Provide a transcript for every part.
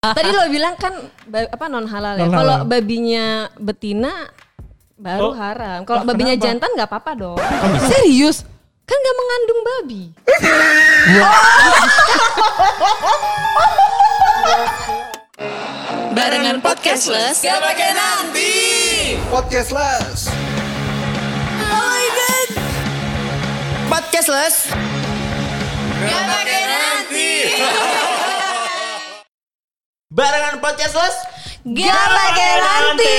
Tadi lo bilang kan non halal ya. Kalau babinya betina baru haram. Kalau babinya jantan nggak apa-apa dong. Serius? Kan nggak mengandung babi. Barengan podcastless, gak pakai nanti. Podcastless. Oh my god. Podcastless. Gak pakai nanti. Barengan podcastless. Gak pakai nanti.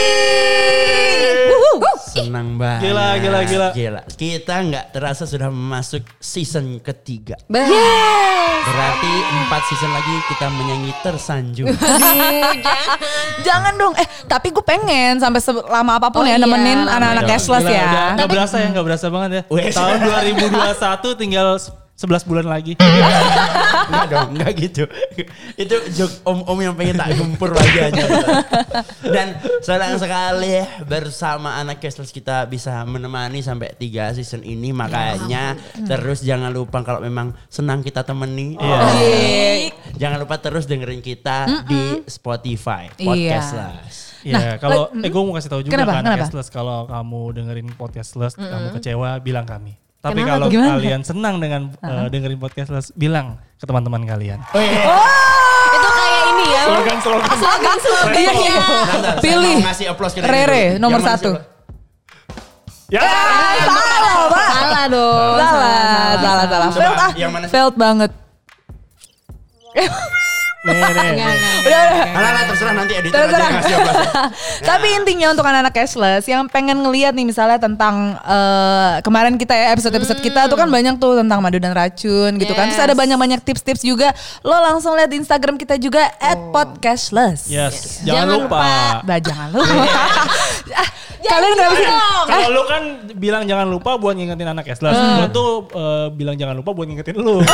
Senang banget. Gila. Kita nggak terasa sudah masuk season ketiga. Berarti 4 season lagi kita menyanyi tersanjung. Jangan dong. Tapi gue pengen sampai selama apapun nemenin anak-anak cashless ya. Gak berasa banget ya. Tahun 2021 tinggal 11 bulan lagi. Enggak dong, enggak gitu. Itu joke om-om yang pengen tak gempur wajahnya. Dan senang sekali bersama anak cashless kita bisa menemani sampai 3 season ini. Makanya terus jangan lupa kalau memang senang kita temani. Jangan lupa terus dengerin kita di Spotify Podcastless. Iya, kalau gue mau kasih tahu juga kan cashless, kalau kamu dengerin podcastless, kamu kecewa bilang kami. Tapi kalau kalian senang dengan dengerin podcastless, bilang ke teman-teman kalian. Itu kayak ini ya. Slogan. Iya. Pilih Rere nomor 1. Ya. Salah dong. Salah. Failed banget. Nih. Udah, terserah nanti editor aja yang ngasih oplos. Tapi intinya untuk anak-anak cashless yang pengen ngelihat nih misalnya tentang kemarin kita ya episode-episode kita tuh kan banyak tuh tentang madu dan racun gitu kan. Terus ada banyak tips-tips juga. Lo langsung lihat di Instagram kita juga @podcastless. Yes. Jangan lupa. Jangan lupa. Kalian gak bisa. Kalau lu kan bilang jangan lupa buat ngingetin anak cashless. Lu tuh bilang jangan lupa buat ngingetin lu.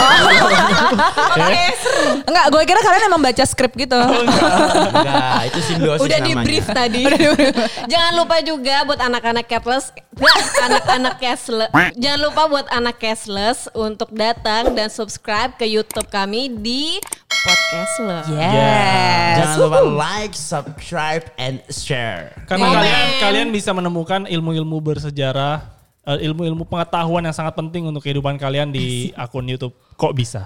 Enggak, gue kira kalian emang baca skrip gitu. Enggak, itu simbiosis Udah namanya. di brief tadi. Jangan lupa juga buat anak-anak cashless, jangan lupa buat anak cashless untuk datang dan subscribe ke YouTube kami di Podcastless. Yes. Jangan lupa like, subscribe, and share. Karena kalian bisa menemukan ilmu-ilmu bersejarah, ilmu-ilmu pengetahuan yang sangat penting untuk kehidupan kalian di akun YouTube. Kok bisa?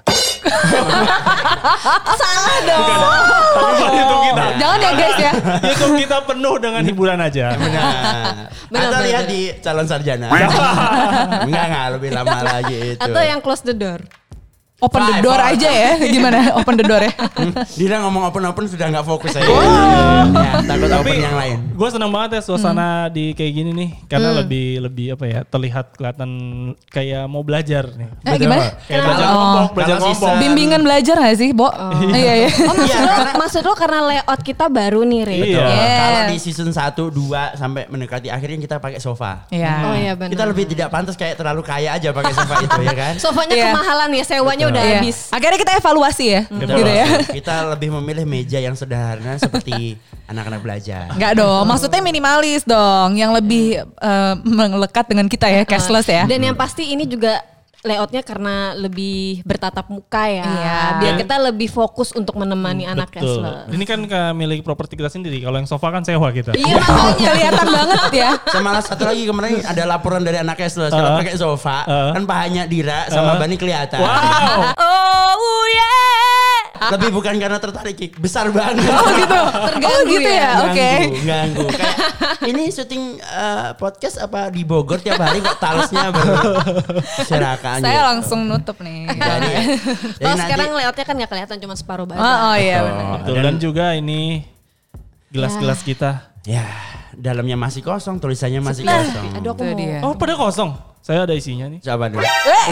Salah dong. Tapi buat YouTube kita. Jangan ya guys ya. YouTube kita penuh dengan hiburan aja. Benar. Atau lihat di calon sarjana. Enggak, lebih lama lagi itu. Atau yang close the door. Open the door aja ya. Gimana open the door ya? Dia ngomong open sudah nggak fokus aja. Ya, takut open yang lain. Gue senang banget ya suasana di kayak gini nih. Karena lebih apa ya, terlihat kelihatan kayak mau belajar nih. Gimana? Kayak belajar kelompok. Bimbingan belajar gak sih, Bo? Iya. Maksud lo karena layout kita baru nih, Re. Iya. Kalau di season 1, 2 sampai mendekati akhirnya kita pakai sofa. Iya. Oh iya benar. Kita lebih tidak pantas kayak terlalu kaya aja pakai sofa itu ya kan. Sofanya kemahalan ya, sewanya udah habis. Akhirnya kita evaluasi ya. Gitu ya. Kita lebih memilih meja yang sederhana seperti anak-anak belajar. Enggak dong, maksudnya minimalis dong, yang lebih melekat dengan kita ya, cashless ya. Dan yang pasti ini juga layoutnya karena lebih bertatap muka ya. Iya. Biar kita lebih fokus untuk menemani anak Betul. cashless. Ini kan milik properti kita sendiri. Kalau yang sofa kan sewa kita. Iya makanya. Kelihatan banget ya. Sama satu lagi kemarin ada laporan dari anak cashless. Kalau pakai sofa kan pahanya Dira sama Bani kelihatan. Wow. Oh yeah. Lebih bukan karena tertarik, besar banget. Oh gitu. Terganggu ya. Oke. Ganggu. Kayak ini syuting podcast apa di Bogor tiap hari kok talesnya berserakan. Saya langsung nutup nih. Jadi Kalau nanti sekarang layoutnya kan gak kelihatan cuma separuh badan. Oh iya benar. Betul. Dan juga ini gelas-gelas kita. ya dalamnya masih kosong, tulisannya masih kosong. Aduh aku Itu mau. dia. Oh pada kosong. Saya ada isinya nih. Coba dulu.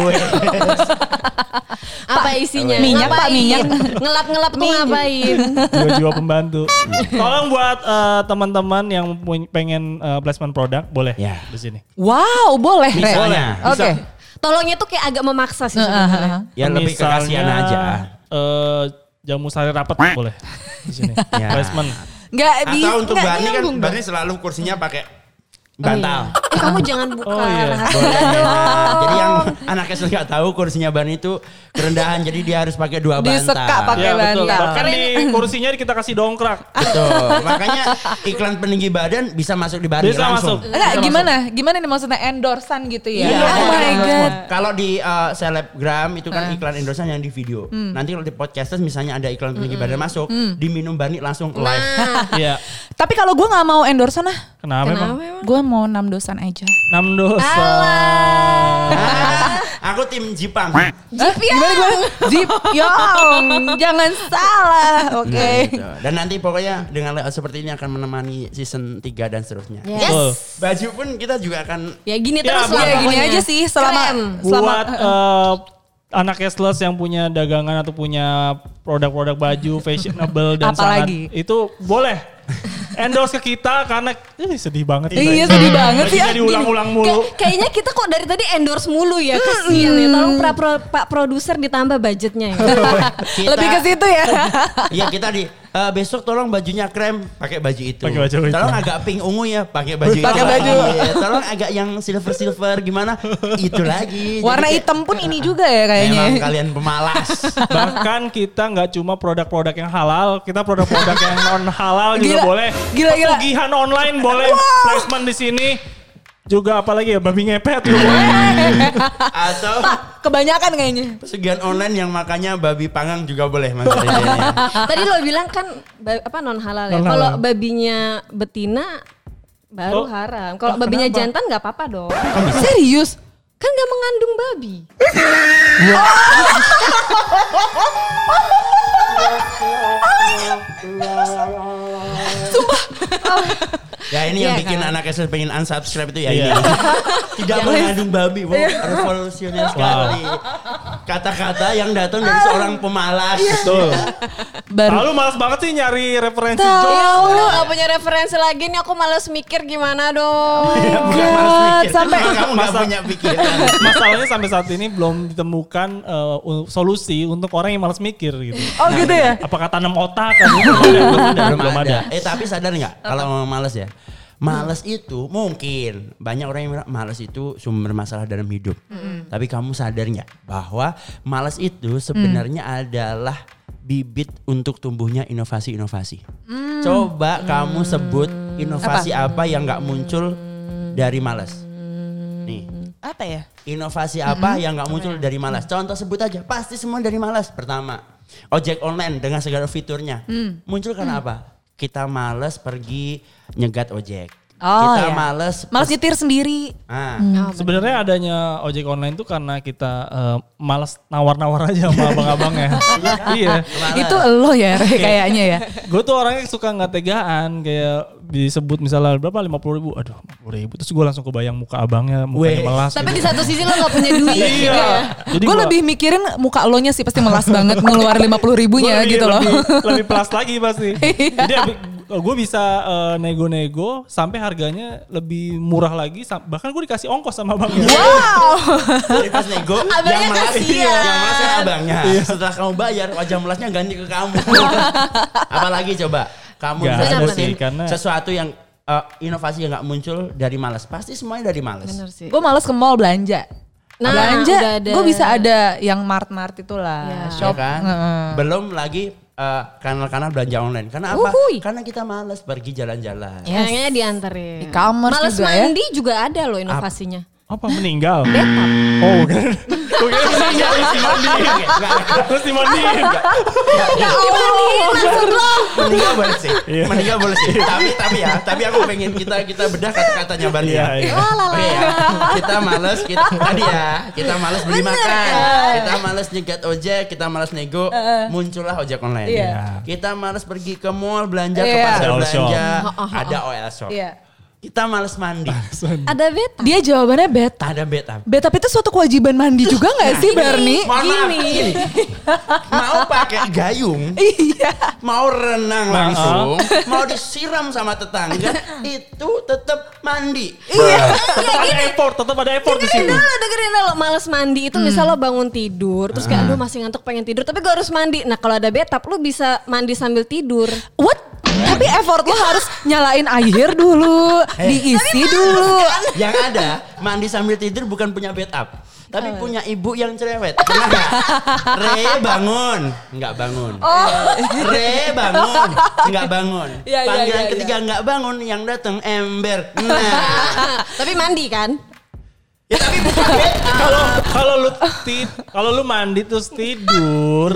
Apa isinya? Minyak, Pak, Ngapain? minyak. Ngelap-ngelap tuh ngapain? Jiwa-jiwa pembantu. Tolong buat teman-teman yang pengen placement produk boleh Ya. di sini. Wow, boleh. Re. Misalnya. Oke. Tolongnya tuh kayak agak memaksa sih sebenarnya. Ya lebih kekasihan aja. Jamu sari rapat boleh di sini. Ya. Placement. Enggak bisa. Atau untuk Bani kan Bani selalu kursinya pakai bantal. kamu jangan buka rahasia Boleh. dong. Jadi yang anak kecil nggak tahu kursinya Bani itu kerendahan, jadi dia harus pakai 2 bantal. Disekak pakai Ya betul. bantal. Bahkan di kursinya kita kasih dongkrak. Betul. Makanya iklan peninggi badan bisa masuk di Bani Bisa langsung. masuk. Enggak, gimana nih maksudnya endorsan gitu ya? Iya. Oh my god. Kalau di selebgram itu kan iklan endorsan yang di video. Nanti kalau di podcasters misalnya ada iklan peninggi badan masuk, diminum Bani langsung live. Iya. Tapi kalau gue nggak mau endorsan Kenapa emang? gue mau 6 dosan aja. 6 dosa. Aku tim Jipang. Gimana? Jipyong, jangan salah. Oke. Nah, gitu. Dan nanti pokoknya dengan layout seperti ini akan menemani season 3 dan seterusnya. Yes. Betul. Baju pun kita juga akan Ya gini Ya, terus lah Ya gini pokoknya. aja sih selama Buat anak cashless yang punya dagangan atau punya produk-produk baju fashionable dan Apalagi? sangat itu boleh endorse ke kita karena sedih banget. Iya, sedih banget sih. Bajunya diulang-ulang mulu. Kayaknya kita kok dari tadi endorse mulu ya, kasihan ya. Tolong Pak produser ditambah budgetnya ya. kita, lebih ke situ ya. Iya kita besok tolong bajunya krem pakai baju itu. Pakai baju itu. Tolong agak pink ungu ya pakai baju itu. Pakai baju. Iya, tolong agak yang silver gimana? Itu lagi. Warna Jadi hitam pun ini juga ya kayaknya. memang kalian pemalas. Bahkan kita nggak cuma produk-produk yang halal, kita produk-produk yang non halal juga Gila, boleh. gila. Pesugihan online boleh, placement di sini. Juga apalagi ya babi ngepet juga boleh. Atau Kebanyakan kayaknya. pesugihan online yang makannya babi panggang juga boleh Mas. Tadi lo bilang kan non halal ya. Non halal. Kalau babinya betina baru Oh. haram. Kalau Oh, babinya kenapa? jantan nggak apa-apa dong. Serius? Kan nggak mengandung babi. Ya ini Iya yang bikin kan? anak SD pengen unsubscribe itu ya Iya. ini. Tidak mengandung babi. Wow, revolusioner sekali. Kata-kata yang datang dari seorang pemalas. Betul. Baru. Lalu malas banget sih nyari referensi Tahu. jokes. Ya Allah, gak punya referensi lagi nih, aku males mikir gimana dong. Bukan malas mikir. sampai Emang kamu nggak punya pikiran. Masalahnya sampai saat ini belum ditemukan solusi untuk orang yang malas mikir gitu. Oh gitu ya? Apakah tanam otak kan? Belum ada. Tapi sadar nggak kalau ngomong males ya? Males itu mungkin banyak orang yang bilang males itu sumber masalah dalam hidup. Tapi kamu sadar nggak bahwa males itu sebenarnya adalah bibit untuk tumbuhnya inovasi-inovasi. Coba kamu sebut inovasi apa yang nggak muncul dari males? Nih, Apa ya? inovasi apa yang nggak muncul dari malas? Contoh sebut aja, pasti semua dari malas. Pertama, ojek online dengan segala fiturnya muncul karena apa? Kita malas pergi nyegat ojek. Oh, Kita iya. malas Nyetir sendiri. Sebenarnya adanya ojek online itu karena kita malas nawar-nawar aja sama abang-abangnya. Iya. Itu lo ya Re, kayaknya ya. Gue tuh orangnya suka nggak tegaan kayak disebut misalnya berapa 50.000, aduh 50.000 terus gue langsung kebayang muka abangnya mukanya Weh. melas. Tapi gitu. di satu sisi lo gak punya duit. Iya. Jadi Gue lebih mikirin muka lo nya sih pasti melas banget ngeluarin 50.000-nya gitu loh. Lebih plus lagi pasti. Jadi gue bisa nego-nego sampai harganya lebih murah lagi. Bahkan gue dikasih ongkos sama abangnya. Wow. Jadi pas nego Abangnya yang malas kasihan. yang malas kan abangnya. Setelah kamu bayar wajah malasnya ganti ke kamu. Apalagi coba kamu Nggak bisa ada sebutin sih, karena- sesuatu yang inovasi yang nggak muncul dari malas. Pasti semuanya dari malas. Bener sih. Gue males ke mall belanja. Nah, Belanja, udah ada. gue bisa ada yang mart-mart itulah. Ya. Shop. Ya kan? Heeh. Belum lagi kanal-kanal belanja online. Karena apa? Uhuy. Karena kita malas pergi jalan-jalan. Yes. Kayaknya diantarin. E-commerce Males juga ya. mandi juga ada loh inovasinya. Apa meninggal? Betap. Oh, bukan. Meninggal terus dimandiin. Terus dimandiin. Dimandiin maksud lo. Meninggal boleh sih. Iya. Meninggal boleh sih. Tapi aku pengen kita bedah kata-katanya Bani ya. Iya, iya. Oke ya. Kita males kita males beli makan. Kita males nyegat ojek, kita males nego, muncullah ojek online. Iya. Kita males pergi ke mall belanja ke Iya. pasar OL shop. belanja, ada OL shop. Iya. Kita males mandi. Ada betap. Dia jawabannya betap. Ada betap. Betap itu suatu kewajiban mandi juga gak sih Barney? Mohon maaf, Gini. gini. Mau pakai gayung, Iya. mau renang langsung, mau disiram sama tetangga, itu tetap mandi. Ada effort, tetap ada effort di sini. Dengerin dulu, males mandi itu misal lo bangun tidur, terus kayak aduh masih ngantuk pengen tidur, tapi gue harus mandi. Nah kalau ada betap lo bisa mandi sambil tidur. What? Tapi effort lo harus nyalain air dulu, diisi dulu. Yang ada mandi sambil tidur bukan punya bed up. Tapi punya ibu yang cerewet. Pernah gak? Re bangun. Enggak bangun. Re bangun. Enggak bangun. Panggilan ketiga enggak bangun. Yang datang ember. Nah. Tapi mandi kan? Ya tapi bukan bed up. Kalau lu mandi terus tidur.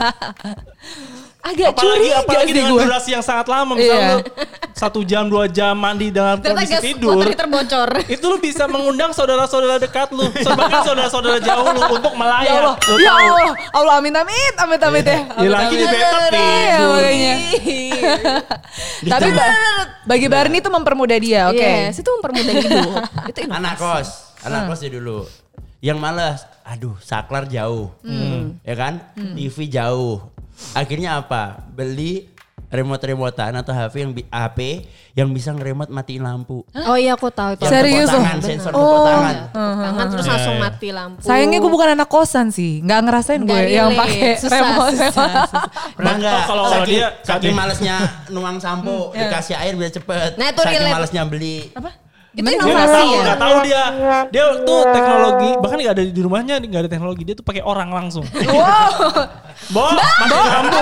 Agak curiga apalagi sih dengan gue. durasi yang sangat lama. Misalnya lu 1 jam 2 jam mandi dalam kondisi tidur. Ternyata terbocor. Itu lu bisa mengundang saudara-saudara dekat lu. Bahkan saudara-saudara jauh lu untuk melayat. Ya Allah, Allah amin ya. Ya lagi di backup tidur. Makanya. Tapi bagi Barney itu mempermudah dia, oke. Yes, itu mempermudah hidup. Itu inovasi. Anak kos ya dulu. Yang malas, aduh saklar jauh. Ya kan? TV jauh. Akhirnya apa? Beli remote-remotan atau HP yang bisa nge-remote matiin lampu. Oh iya aku tahu itu. Serius loh? Sensor tepuk tangan. Tangan terus langsung mati lampu. Sayangnya gue bukan anak kosan sih, nggak ngerasain gue yang pakai remote. Pernah nggak? Kalau dia Saking malesnya nuang sampo, dikasih air biar cepet. Nah, itu saking relate. malesnya beli. Apa? Itu Dia inovasi ya. nggak tahu dia tuh teknologi, bahkan nggak ada di rumahnya, nggak ada teknologi, dia tuh pakai orang langsung. Mati lampu.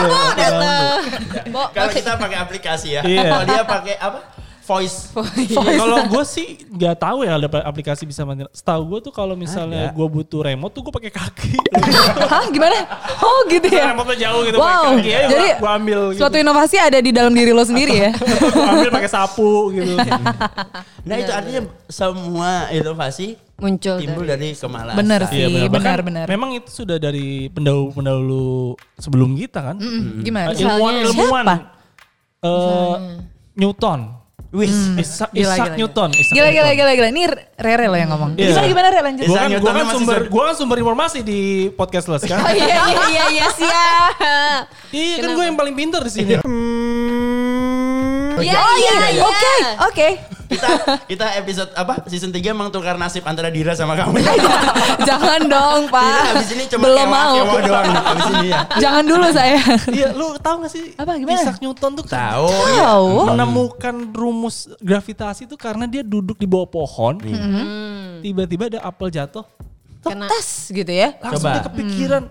Kalau kita pakai aplikasi ya, Iya. kalau dia pakai apa? Voice. Kalau gue sih nggak tahu ya ada aplikasi bisa mati. Setahu gue tuh kalau misalnya gue butuh remote tuh gue pakai kaki. Hah, gimana? Oh gitu ya. Remote jauh gitu Wow. pakai kaki. Jadi Gue ambil. Gitu. suatu inovasi ada di dalam diri lo sendiri ya. Gue ambil pakai sapu gitu. Nah itu artinya semua inovasi Muncul timbul dari kemalasan. Bener sih, Iya, bahkan benar. Memang itu sudah dari pendahulu sebelum kita kan. Gimana? Ilmuwan. Newton. Wih, Isaac Gila. Newton. Gila. Ini Rere lo yang ngomong. Iya. Gimana Re, lanjut. Isaac Newton Gua kan sumber informasi di Podcastless kan. Oh iya siap. Iya kan gue yang paling pintar di sini. Iya. Oke. kita episode apa? Season 3 emang tukar nasib antara Dira sama kamu. Jangan dong, Dira Pak. habis ini cuma Belum mau. kewa doang habis ini ya. Jangan dulu saya. Iya, lu tahu gak sih? Apa, gimana? Isaac Newton tuh Tahu. menemukan rumus gravitasi itu karena dia duduk di bawah pohon. Tiba-tiba ada apel jatuh. Kena. Tas gitu ya. Langsung Coba. dia kepikiran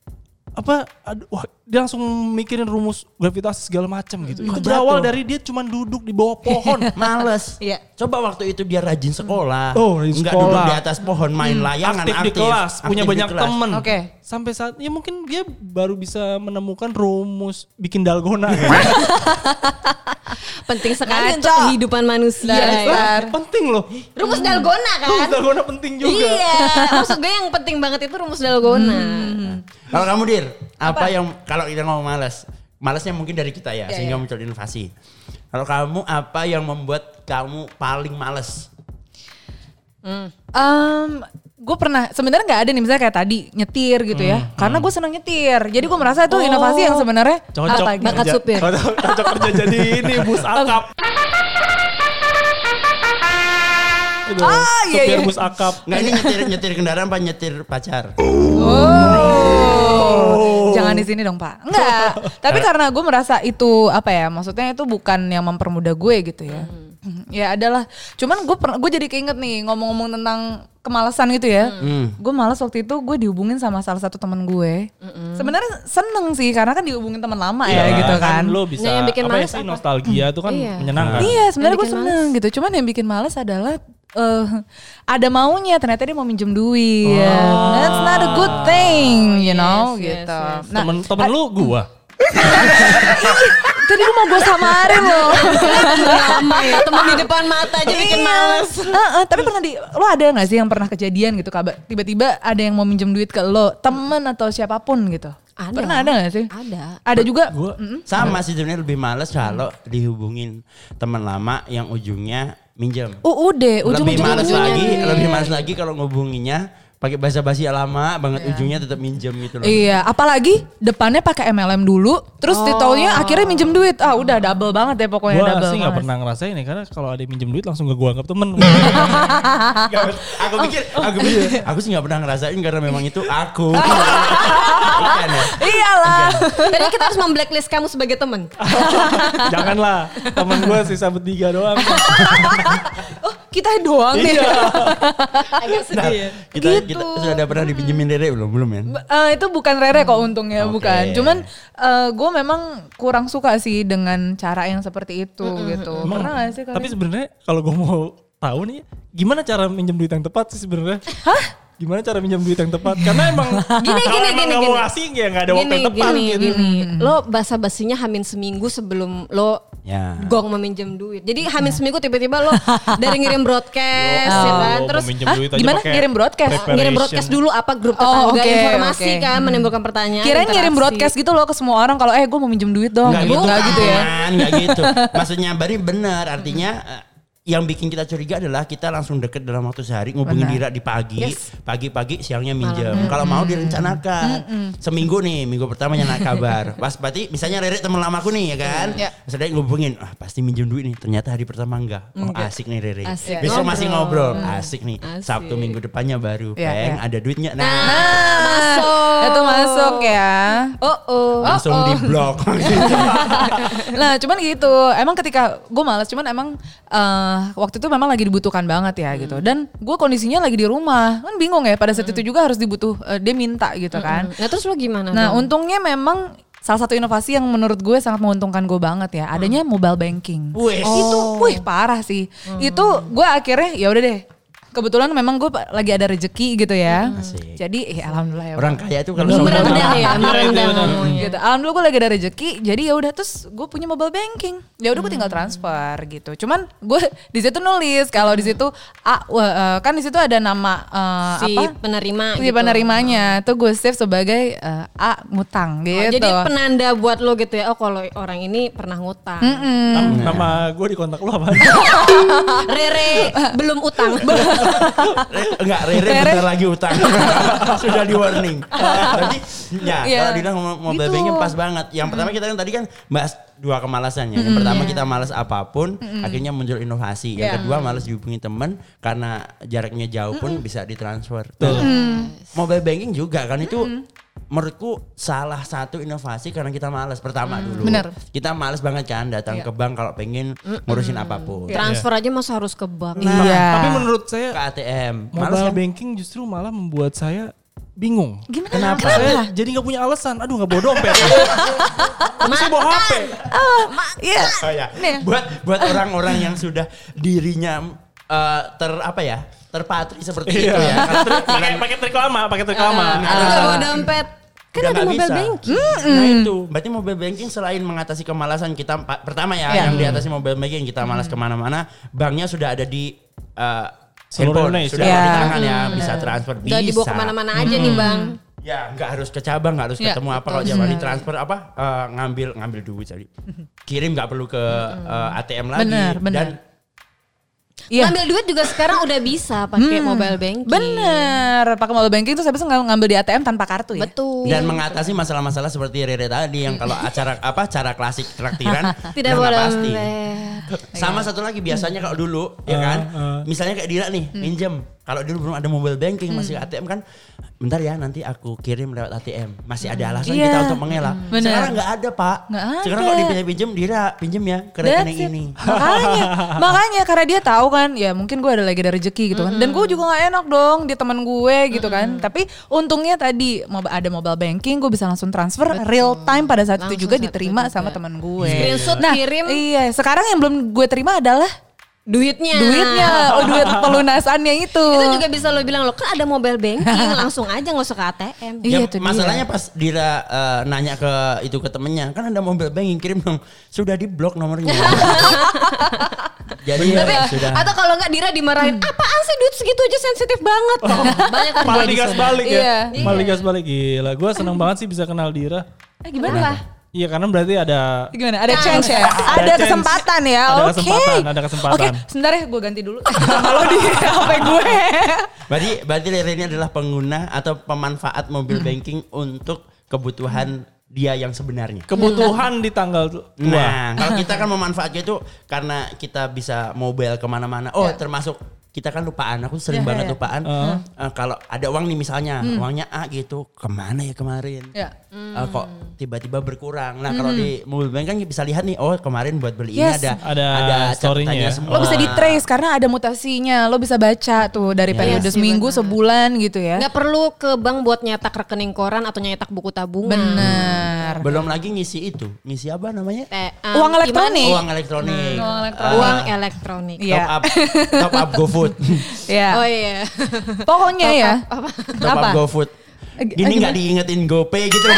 dia langsung mikirin rumus gravitasi segala macam gitu. Itu berawal dari dia cuma duduk di bawah pohon. Males. Iya. Coba waktu itu dia rajin sekolah. Oh, rajin Nggak sekolah. duduk di atas pohon main layangan aktif di kelas, punya Aktif di banyak kelas. temen. Oke. Sampai saat ya mungkin dia baru bisa menemukan rumus bikin dalgona. Penting sekali Ngaco. untuk kehidupan manusia. Dasar. Ya. Penting loh. Rumus dalgona kan? Rumus dalgona penting juga. Iya, maksud gue yang penting banget itu rumus dalgona. Kalau kamu Dir, apa yang kalau kita ngomong malas? Malasnya mungkin dari kita ya, sehingga muncul inovasi. Kalau kamu apa yang membuat kamu paling malas? Gue pernah sebenarnya nggak ada nih misalnya kayak tadi nyetir gitu ya, karena gue senang nyetir. Jadi gue merasa itu inovasi yang sebenarnya Cocok apa gitu. Bakat supir. Cocok kerja jadi ini bus akap. Gitu, iya, supir iya. bus akap. Nggak ini nyetir kendaraan apa nyetir pacar? Jangan di sini dong Pak. Enggak. Tapi karena gue merasa itu apa ya? Maksudnya itu bukan yang mempermudah gue gitu ya. Ya adalah. Cuman gue jadi keinget nih ngomong-ngomong tentang kemalasan gitu ya. Gue malas waktu itu gue dihubungin sama salah satu temen gue. Sebenarnya seneng sih karena kan dihubungin teman lama ya gitu kan. Lo bisa Nah, yang bikin apa ya males sih apa? nostalgia itu kan Iya. menyenangkan. Iya sebenarnya Yang gue bikin seneng gitu. Cuman yang bikin males adalah ada maunya ternyata dia mau minjem duit. That's not a good thing, you know yes, gitu. yes. Nah, Temen lu gua. tadi gue mau gue samarin loh. Lama ya, teman di depan mata aja bikin males. Tapi pernah lo ada gak sih yang pernah kejadian gitu kabar tiba-tiba ada yang mau minjem duit ke lo, temen atau siapapun gitu? Ada. Pernah ada gak sih? Ada. Ada juga. Gua Sama sih sebenarnya lebih males kalau dihubungin teman lama yang ujungnya minjem. Udah, Lebih males ujung-ujungnya lagi, nih. lebih males lagi kalau ngubunginya pakai basa-basi lama banget, ujungnya tetap minjem gitu loh. Iya, apalagi depannya pakai MLM dulu, terus taunya akhirnya minjem duit. Ah udah double banget ya pokoknya. Gua double sih nggak banget. pernah ngerasain nih, karena kalau ada yang minjem duit langsung gua anggap temen. aku pikir aku sih nggak pernah ngerasain karena memang itu aku. Bukan ya? Iyalah. Jadi kita harus memblacklist kamu sebagai teman. Janganlah, temen gua sisa bertiga doang. Oh kita doang nih. Agak sedih ya. Kita sudah pernah dipinjemin Rere belum ya? Itu bukan Rere kok untungnya, Oke. bukan. Cuman gue memang kurang suka sih dengan cara yang seperti itu gitu. Emang, Pernah gak sih kalian? tapi sebenarnya kalau gue mau tahu nih, gimana cara minjem duit yang tepat sih sebenarnya? Gimana cara minjem duit yang tepat? Karena emang Gini, kalau gini, emang gini, nggak mau gini. ngasih ya nggak ada waktu yang tepat gitu. Gini. Lo basa-basinya hamin seminggu sebelum lo Ya. gong meminjam duit. Jadi hamin seminggu tiba-tiba lo dari ngirim broadcast ya kan. Terus Gimana ngirim broadcast? ngirim broadcast dulu apa grup Oh, tetangga, oke, informasi oke. kan, menimbulkan pertanyaan. Kirain ngirim interaksi. broadcast gitu loh ke semua orang kalau gue mau minjem duit dong. Nggak gitu ya. Enggak gitu. Maksudnya Bari benar, artinya yang bikin kita curiga adalah kita langsung deket dalam waktu sehari, ngubungin Dira di pagi, Yes. pagi-pagi siangnya minjem. Kalau mau direncanakan. Seminggu nih, minggu pertamanya nak kabar. Pas berarti misalnya Rere teman lamaku nih ya kan. Ya. Maksudnya ngubungin, pasti minjem duit nih. Ternyata hari pertama enggak. Oh, asik nih Rere. Asik. Besok masih Ngobrol. ngobrol. Asik nih. Asik. Sabtu minggu depannya baru. Ya, Peng, ya. ada duitnya. Masuk. Itu masuk ya. Langsung di blok. Nah cuman gitu, emang ketika gue malas, cuman emang waktu itu memang lagi dibutuhkan banget ya gitu. Dan gue kondisinya lagi di rumah, kan bingung ya pada saat itu juga harus dia minta gitu kan. Nah terus lo gimana Nah dong? untungnya memang salah satu inovasi yang menurut gue sangat menguntungkan gue banget ya, adanya mobile banking. Wih. Itu, parah sih. Itu gue akhirnya ya udah deh. Kebetulan memang gue lagi ada rezeki gitu ya. Asik. Jadi alhamdulillah ya. Orang kaya itu kalau Merendah sombong. ya, merendah ngomongnya. Gitu. Alhamdulillah gue lagi ada rezeki, jadi ya udah terus gue punya mobile banking. Ya udah gue tinggal transfer gitu. Cuman gue di situ nulis kalau di situ kan di situ ada nama Si apa? penerima Si gitu. penerimanya. Tuh gue save sebagai A ngutang gitu. Jadi penanda buat lo gitu ya. Oh kalau orang ini pernah ngutang. Nama gue di kontak lu apa? Rere belum utang. Enggak, Rere bentar lagi utang. Sudah di warning. Tapi ya, Iya. kalau Dina mau Gitu. babengnya pas banget. Yang pertama kita kan tadi kan bahas dua kemalasannya. Yang pertama kita malas apapun, akhirnya muncul inovasi. Yang kedua malas dihubungi teman karena jaraknya jauh pun bisa ditransfer. Tuh. Mobile banking juga kan itu menurutku salah satu inovasi karena kita malas. Pertama dulu. Bener. Kita malas banget kan datang ke bank kalau pengen ngurusin apapun. Transfer aja masa harus ke bank. Iya. Tapi menurut saya Ke ATM. Malas mobile kan? banking justru malah membuat saya bingung. Gimana? Kenapa? Saya jadi nggak punya alasan. Aduh nggak bawa dompet. Tapi saya bawa HP. Iya. Oh ya. Nih. Buat orang-orang yang sudah dirinya terpatri seperti itu Iya. ya. Pakai trik lama, pakai trik lama. Nggak bawa dompet. Kan Udah ada nggak mobile bisa. banking. Nah itu, berarti mobile banking selain mengatasi kemalasan kita, pertama ya yang diatasi mobile banking kita malas kemana-mana, banknya sudah ada di Seluruh handphone, Indonesia. sudah Iya. ada di tangan ya, bisa transfer, bisa. Udah dibawa kemana-mana aja nih bang. Ya nggak harus ke cabang, nggak harus Ya, ketemu apa kalau zaman ini transfer ngambil duit tadi, kirim nggak perlu ke ATM lagi. Benar, benar. Dan Iya. Ngambil duit juga sekarang udah bisa pakai mobile banking. Bener, pakai mobile banking tuh saya bisa ngambil di ATM tanpa kartu ya. Betul. dan mengatasi masalah-masalah seperti Rere tadi yang kalau cara klasik traktiran Tidak udah nggak boleh pasti. dompet. Sama satu lagi biasanya kalau dulu ya kan, misalnya kayak Dira nih minjem, kalau dulu belum ada mobile banking masih ATM kan, bentar ya nanti aku kirim lewat ATM, masih ada alasan Iya. kita untuk mengelak. Bener. Sekarang nggak ada Pak. Nggak Sekarang ada. kalau dipinjam Dira pinjem ya ke rekening That's it. ini. Makanya karena dia tahu kan, ya mungkin gue ada lagi ada rezeki gitu kan. Dan gue juga nggak enak dong dia teman gue gitu kan. Tapi untungnya tadi ada mobile banking, gue bisa langsung transfer real time pada saat Langsung itu juga saat diterima itu sama juga. teman gue. Screenshot, Nah, kirim. Iya, sekarang yang belum gue terima adalah Duitnya. duit pelunasannya itu. Itu juga bisa lo bilang lo kan ada mobile banking langsung aja nggak usah ke ATM. Iya, Ya, itu dia. masalahnya pas Dira nanya ke temennya, kan ada mobile banking, kirim dong. Sudah di blok nomornya. Jadi ya, Tapi sudah. atau kalau nggak Dira dimarahin, apaan sih duit segitu aja sensitif banget. Banyak Malah terjadi digas soalnya. balik ya. Iya. Malah digas balik. Gila, gue seneng banget sih bisa kenal Dira. Gimana lah? Iya karena berarti ada Gimana? Ada chance ya? Ada kesempatan ya? Oke. Ada kesempatan. Oke, sebentar ya gue ganti dulu. Kalau di HP gue. Berarti Rere ini adalah pengguna atau pemanfaat mobile banking untuk kebutuhan dia yang sebenarnya. Kebutuhan di tanggal tua. Nah, kalau kita kan memanfaatnya itu karena kita bisa mobile kemana-mana. Oh, termasuk kita kan lupaan. Aku sering banget lupaan. Kalau ada uang nih misalnya, uangnya A gitu, kemana ya kemarin? Kok tiba-tiba berkurang. Nah, kalau di mobile bank kan bisa lihat nih, oh kemarin buat beli ini ada story-nya ya. semua. Lo bisa di trace karena ada mutasinya. Lo bisa baca tuh dari periode seminggu, sebulan gitu ya. Nggak perlu ke bank buat nyetak rekening koran atau nyetak buku tabungan. Benar. Belum lagi ngisi itu. Ngisi apa namanya? Uang elektronik. Uang elektronik. Uang elektronik. Top up GoFood. Iya. Oh iya. Pokoknya ya. Top up GoFood. Gini nggak diingetin GoPay gitu loh.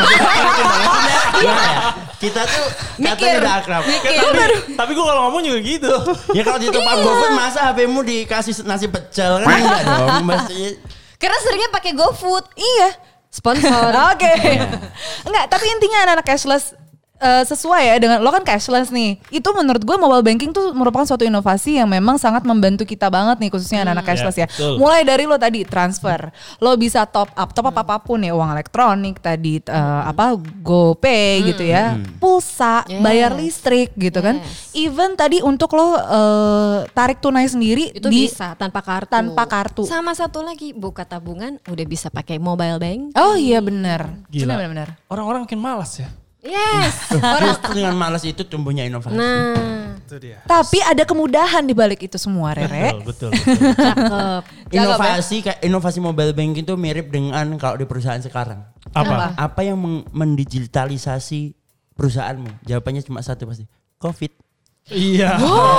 Iya ya. Kita tuh katanya udah akrab. Tapi gue kalau ngomong juga gitu. Ya kalau di top up GoFood masa HPmu dikasih nasi pecel kan enggak dong. Karena seringnya pakai GoFood. Iya. Sponsor. Oke. Enggak, tapi intinya anak-anak cashless sesuai ya dengan lo kan cashless nih. Itu menurut gue mobile banking tuh merupakan suatu inovasi yang memang sangat membantu kita banget nih khususnya anak-anak cashless ya. Mulai dari lo tadi transfer, lo bisa top up apapun ya, uang elektronik tadi GoPay gitu ya, pulsa, bayar listrik gitu kan. Even tadi untuk lo tarik tunai sendiri itu bisa tanpa kartu. Sama satu lagi buka tabungan udah bisa pakai mobile bank. Oh iya benar. Gila. Benar. Orang-orang makin malas ya. Yes. Justru dengan malas itu tumbuhnya inovasi. Nah, Itu dia. Tapi ada kemudahan di balik itu semua, Rere. Betul. cakep. Inovasi mobile banking itu mirip dengan kalau di perusahaan sekarang. Apa? Apa yang mendigitalisasi perusahaanmu? Jawabannya cuma satu pasti. COVID. Iya.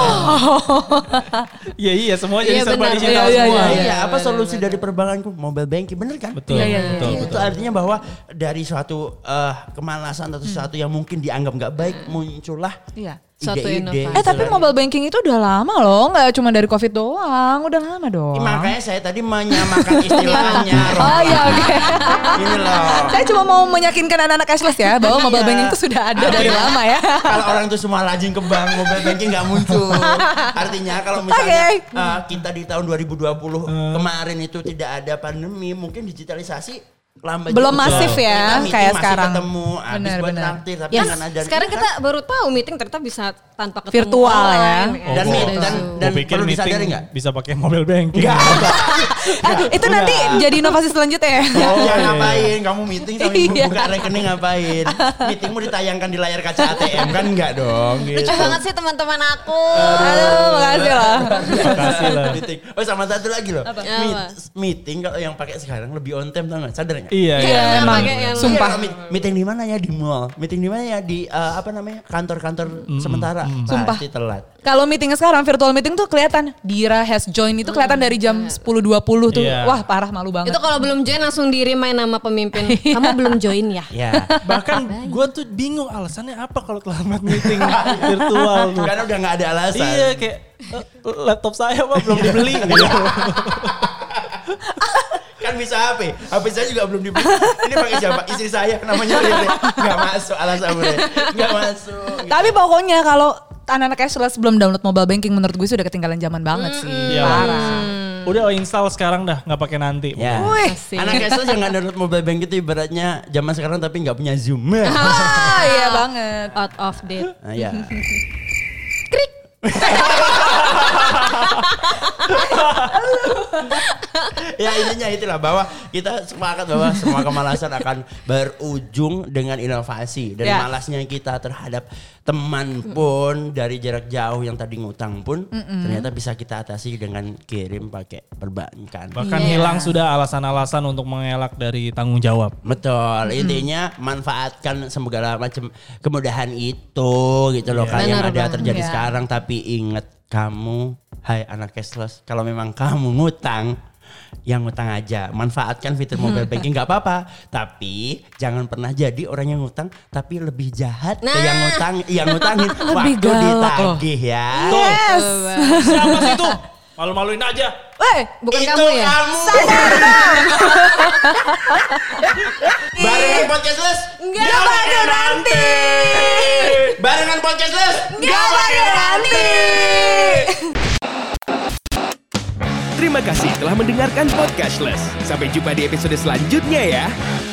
Iya semua jadi serba benar. digital Iya, semua. Iya, apa solusi dari perbankanku? Mobile banking, bener kan? Betul. Itu artinya bahwa dari suatu kemalasan atau sesuatu yang mungkin dianggap nggak baik muncullah Iya. Suatu ide-ide. inovasi. Tapi mobile banking itu udah lama loh, nggak cuma dari COVID doang, udah lama dong. Makanya saya tadi menyamakan istilahnya. Oh iya oke. Ini loh. Saya cuma mau meyakinkan anak-anak cashless ya bahwa mobile banking itu sudah ada dari lama ya. Kalau orang tuh semua rajin ke bank, mobile banking nggak muncul. Artinya kalau misalnya kita di tahun 2020 kemarin itu tidak ada pandemi, mungkin digitalisasi lambat Belum juga. masif ya, Kita kayak masih sekarang. ketemu, habis Benar, buat benar. traktir, tapi Ya, dengan ada sekarang ini kita baru tahu meeting ternyata bisa tanpa ketemu Virtual ya. online. Dan Gua pikir perlu disadari meeting nggak? bisa pakai mobile banking. Itu nanti jadi inovasi selanjutnya ya. Ya ngapain? Kamu meeting sambil Iya. buka rekening ngapain? Meetingmu ditayangkan di layar kaca ATM kan enggak dong gitu. Lucu banget sih teman-teman aku. Aduh, makasih loh. Makasih lah. Meeting. Oh sama satu lagi loh. Apa? Meeting kalau yang pakai sekarang lebih on time tau nggak? Sadar nggak? Iya. Iya emang. pakai yang- Sumpah. Iya, meeting di mana ya, di mall? Meeting di mana ya, di kantor-kantor sementara. Sumpah. Pasti telat. Kalau meeting sekarang virtual meeting tuh kelihatan Dira has joined itu kelihatan dari jam 10.20 tuh. Iya. Wah, parah malu banget. Itu kalau belum join langsung di-remind nama pemimpin. Kamu belum join ya? Ya. Bahkan gue tuh bingung alasannya apa kalau terlambat meeting virtual tuh. Karena udah nggak ada alasan. Iya kayak laptop saya Pak belum dibeli gitu. Kan bisa HP saya juga belum dibeli. Ini pakai siapa? Istri saya namanya Rere. Nggak masuk alasan Rere. Nggak masuk. Tapi pokoknya kalau anak-anak cashless belum download mobile banking menurut gue sudah ketinggalan zaman banget sih. Iya. Parah. Udah install sekarang dah nggak pakai nanti. Ya. Wih. Anak cashless yang nggak download mobile banking itu ibaratnya zaman sekarang tapi nggak punya Zoom. Ah, iya banget. Out of date. Nah, ya. Ya intinya itulah bahwa kita sepakat bahwa semua kemalasan akan berujung dengan inovasi dan Ya. malasnya kita terhadap teman pun dari jarak jauh yang tadi ngutang pun ternyata bisa kita atasi dengan kirim pakai perbankan. Bahkan Iya. hilang sudah alasan-alasan untuk mengelak dari tanggung jawab. Betul, intinya manfaatkan segala macam kemudahan itu gitu loh kayak yang Benar ada banget. terjadi Iya. sekarang, tapi ingat kamu, hai anak cashless, kalau memang kamu ngutang, yang ngutang aja, manfaatkan fitur mobile banking nggak apa-apa, tapi jangan pernah jadi orang yang ngutang tapi lebih jahat ke yang ngutangin Lebih waktu galak loh. ditagih ya. Yes. Siapa sih itu? Malu-maluin aja. Bukan itu kamu ya? Sadar dong. Barengan Podcastless Gak bakal nanti. Barengan Podcastless Gak bakal nanti. Terima kasih telah mendengarkan Podcastless. Sampai jumpa di episode selanjutnya ya.